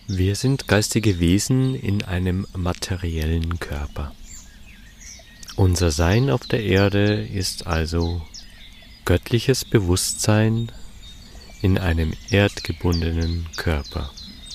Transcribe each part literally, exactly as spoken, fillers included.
Wir sind geistige Wesen in einem materiellen Körper. Unser Sein auf der Erde ist also göttliches Bewusstsein in einem erdgebundenen Körper.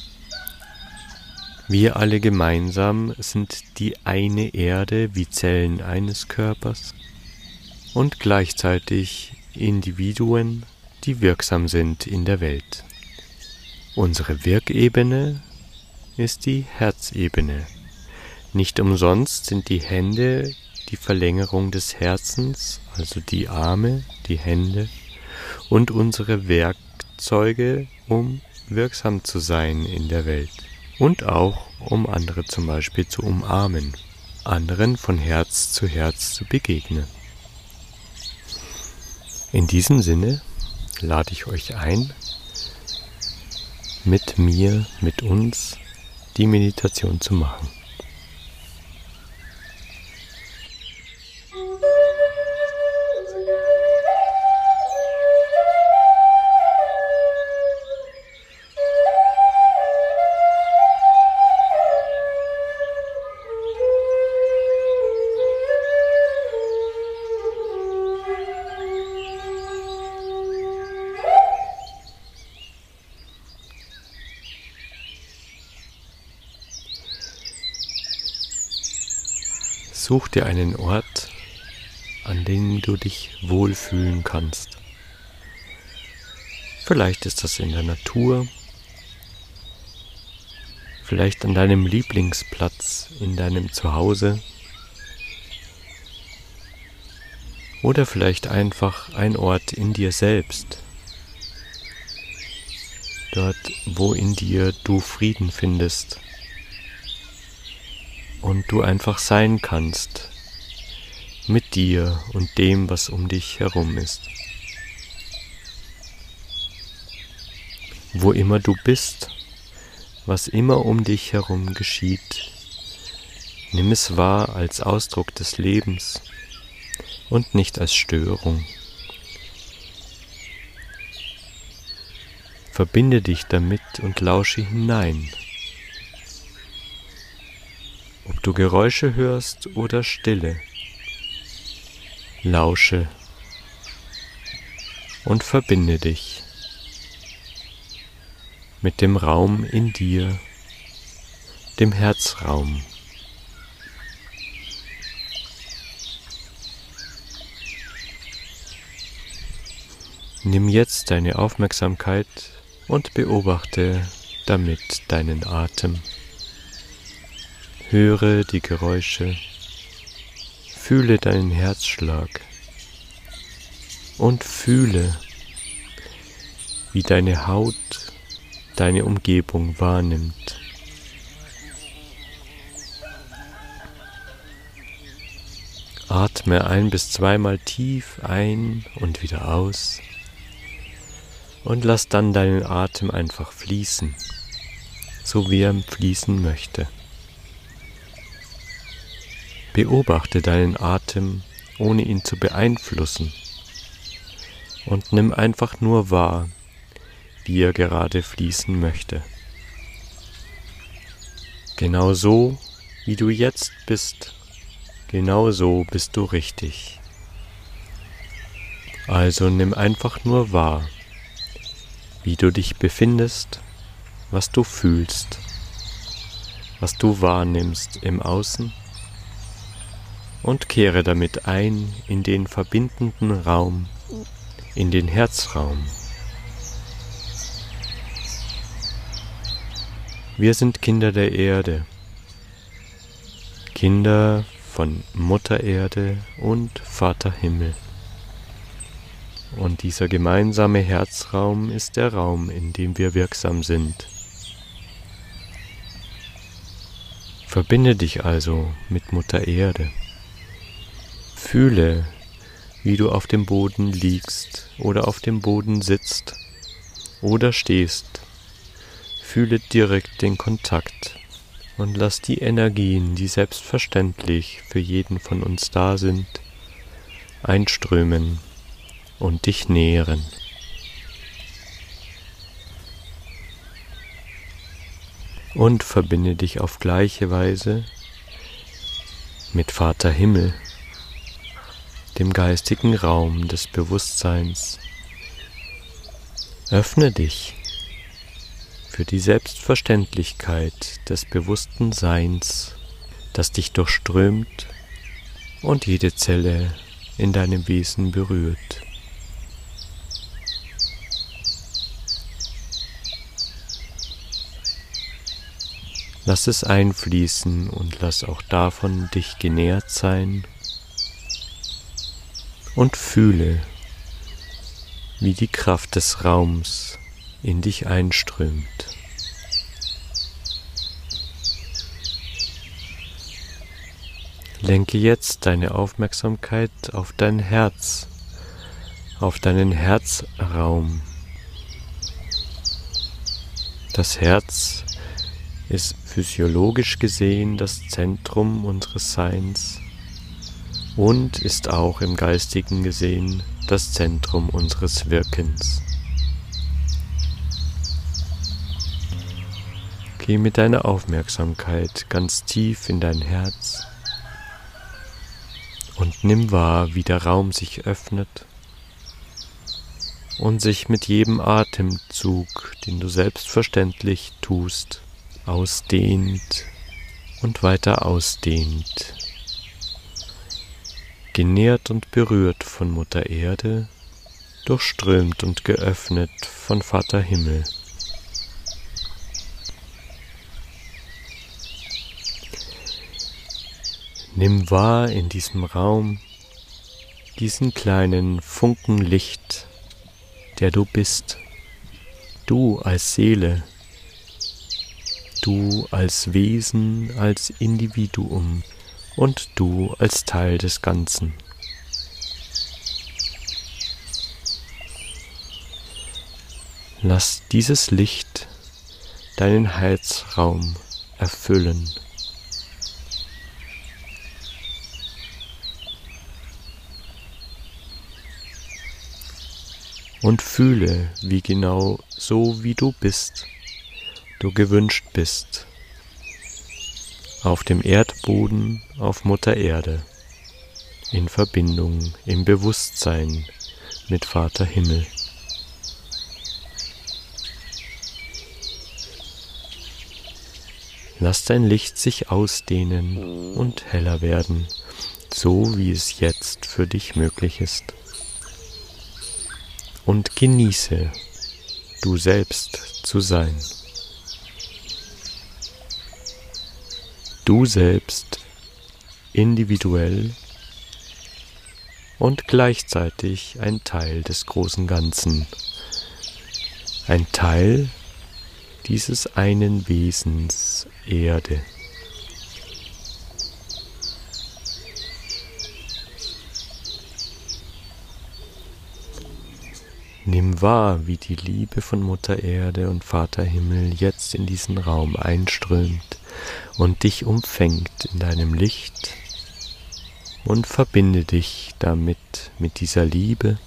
Wir alle gemeinsam sind die eine Erde wie Zellen eines Körpers und gleichzeitig Individuen, die wirksam sind in der Welt. Unsere Wirkebene ist die Herzebene. Nicht umsonst sind die Hände die Verlängerung des Herzens, also die Arme, die Hände und unsere Werkzeuge, um wirksam zu sein in der Welt und auch um andere zum Beispiel zu umarmen, anderen von Herz zu Herz zu begegnen. In diesem Sinne lade ich euch ein, mit mir, mit uns die Meditation zu machen. Such dir einen Ort, an dem du dich wohlfühlen kannst. Vielleicht ist das in der Natur, vielleicht an deinem Lieblingsplatz in deinem Zuhause oder vielleicht einfach ein Ort in dir selbst, dort, wo in dir du Frieden findest. Und du einfach sein kannst mit dir und dem, was um dich herum ist. Wo immer du bist, was immer um dich herum geschieht, nimm es wahr als Ausdruck des Lebens und nicht als Störung. Verbinde dich damit und lausche hinein. Ob du Geräusche hörst oder Stille, lausche und verbinde dich mit dem Raum in dir, dem Herzraum. Nimm jetzt deine Aufmerksamkeit und beobachte damit deinen Atem. Höre die Geräusche, fühle deinen Herzschlag und fühle, wie deine Haut deine Umgebung wahrnimmt. Atme ein- bis zweimal tief ein und wieder aus und lass dann deinen Atem einfach fließen, so wie er fließen möchte. Beobachte deinen Atem, ohne ihn zu beeinflussen, und nimm einfach nur wahr, wie er gerade fließen möchte. Genau so, wie du jetzt bist, genau so bist du richtig. Also nimm einfach nur wahr, wie du dich befindest, was du fühlst, was du wahrnimmst im Außen, und kehre damit ein in den verbindenden Raum, in den Herzraum. Wir sind Kinder der Erde, Kinder von Mutter Erde und Vater Himmel. Und dieser gemeinsame Herzraum ist der Raum, in dem wir wirksam sind. Verbinde dich also mit Mutter Erde. Fühle, wie du auf dem Boden liegst oder auf dem Boden sitzt oder stehst. Fühle direkt den Kontakt und lass die Energien, die selbstverständlich für jeden von uns da sind, einströmen und dich nähren. und verbinde dich auf gleiche Weise mit Vater Himmel, dem geistigen Raum des Bewusstseins. Öffne dich für die Selbstverständlichkeit des bewussten Seins, das dich durchströmt und jede Zelle in deinem Wesen berührt. Lass es einfließen und lass auch davon dich genährt sein und fühle, wie die Kraft des Raums in dich einströmt. Lenke jetzt deine Aufmerksamkeit auf dein Herz, auf deinen Herzraum. Das Herz ist physiologisch gesehen das Zentrum unseres Seins und ist auch im Geistigen gesehen das Zentrum unseres Wirkens. Geh mit deiner Aufmerksamkeit ganz tief in dein Herz und nimm wahr, wie der Raum sich öffnet und sich mit jedem Atemzug, den du selbstverständlich tust, ausdehnt und weiter ausdehnt. Genährt und berührt von Mutter Erde, durchströmt und geöffnet von Vater Himmel. Nimm wahr in diesem Raum diesen kleinen Funken Licht, der du bist, du als Seele, du als Wesen, als Individuum und du als Teil des Ganzen. Lass dieses Licht deinen Herzraum erfüllen. Und fühle, wie genau so wie du bist, du gewünscht bist, auf dem Erdboden, auf Mutter Erde, in Verbindung, im Bewusstsein mit Vater Himmel. Lass dein Licht sich ausdehnen und heller werden, so wie es jetzt für dich möglich ist. Und genieße, du selbst zu sein. Du selbst, individuell und gleichzeitig ein Teil des großen Ganzen. Ein Teil dieses einen Wesens Erde. Nimm wahr, wie die Liebe von Mutter Erde und Vater Himmel jetzt in diesen Raum einströmt und dich umfängt in deinem Licht und verbinde dich damit, mit dieser Liebe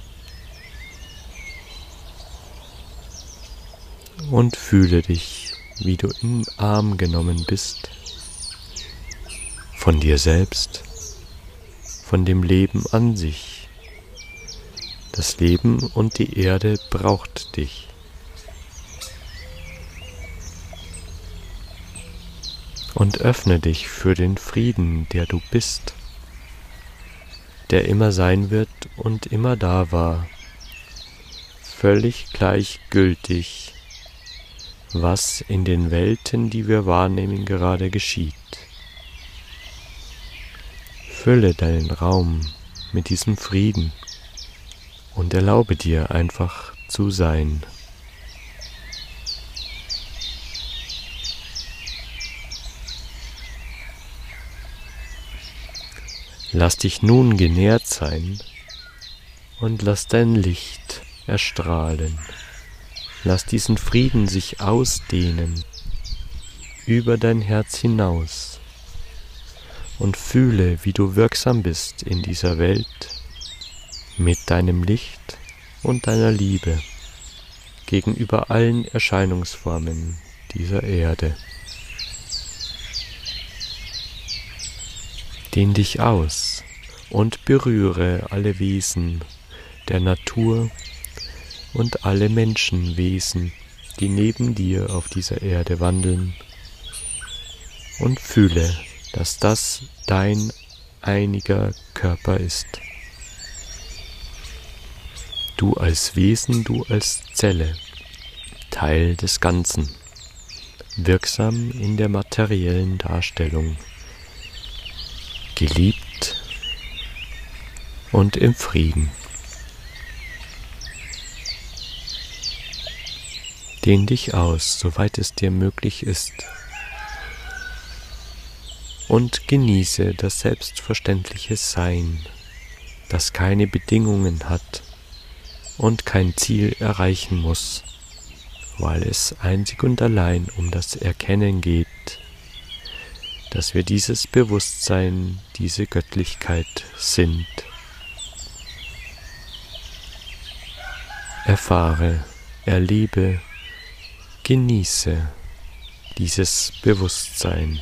und fühle dich, wie du im Arm genommen bist von dir selbst, von dem Leben an sich. Das Leben und die Erde braucht dich. Und öffne dich für den Frieden, der du bist, der immer sein wird und immer da war, völlig gleichgültig, was in den Welten, die wir wahrnehmen, gerade geschieht. Fülle deinen Raum mit diesem Frieden. Und erlaube dir einfach zu sein. Lass dich nun genährt sein und lass dein Licht erstrahlen. Lass diesen Frieden sich ausdehnen über dein Herz hinaus und fühle, wie du wirksam bist in dieser Welt, mit deinem Licht und deiner Liebe gegenüber allen Erscheinungsformen, dieser Erde. Dehn dich aus und berühre alle Wesen der Natur und alle Menschenwesen, die neben dir auf dieser Erde wandeln, und fühle, dass das dein einiger Körper ist. Du als Wesen, du als Zelle, Teil des Ganzen, wirksam in der materiellen Darstellung, geliebt und im Frieden. Dehn dich aus, soweit es dir möglich ist, und genieße das selbstverständliche Sein, das keine Bedingungen hat und kein Ziel erreichen muss, weil es einzig und allein um das Erkennen geht, dass wir dieses Bewusstsein, diese Göttlichkeit sind. Erfahre, erlebe, genieße dieses Bewusstsein.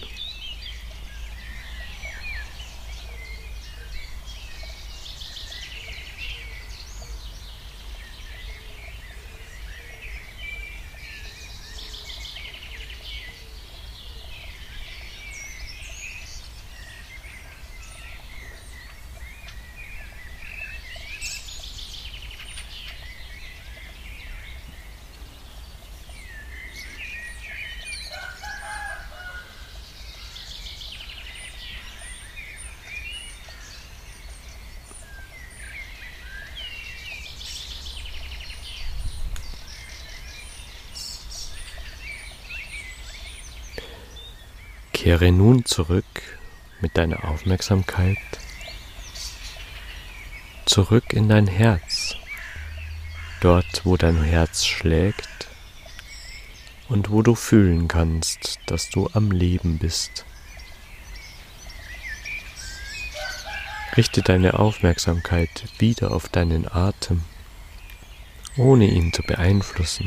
Kehre nun zurück mit deiner Aufmerksamkeit zurück in dein Herz, dort wo dein Herz schlägt und wo du fühlen kannst, dass du am Leben bist. Richte deine Aufmerksamkeit wieder auf deinen Atem, ohne ihn zu beeinflussen.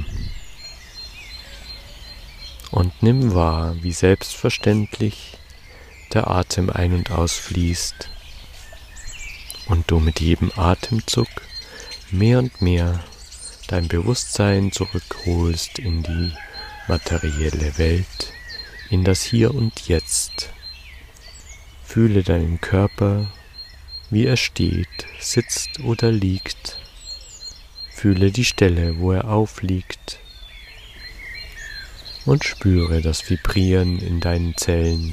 Und nimm wahr, wie selbstverständlich der Atem ein- und ausfließt und du mit jedem Atemzug mehr und mehr dein Bewusstsein zurückholst in die materielle Welt, in das Hier und Jetzt. Fühle deinen Körper, wie er steht, sitzt oder liegt. Fühle die Stelle, wo er aufliegt, und spüre das Vibrieren in deinen Zellen.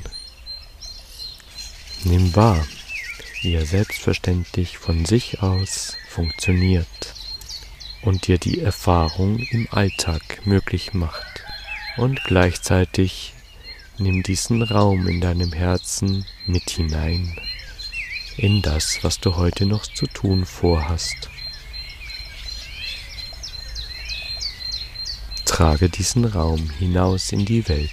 Nimm wahr, wie er selbstverständlich von sich aus funktioniert und dir die Erfahrung im Alltag möglich macht. Und gleichzeitig nimm diesen Raum in deinem Herzen mit hinein, in das, was du heute noch zu tun vorhast. Trage diesen Raum hinaus in die Welt.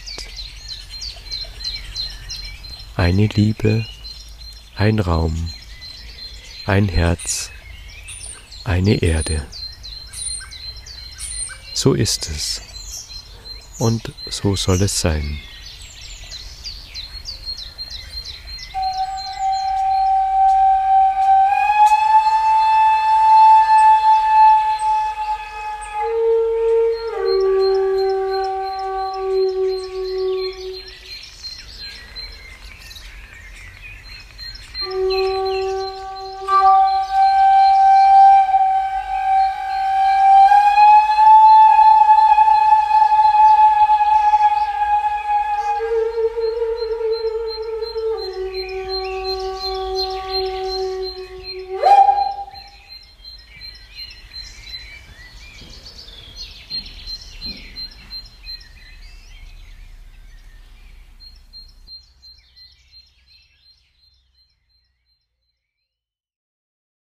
Eine Liebe, ein Raum, ein Herz, eine Erde. So ist es und so soll es sein.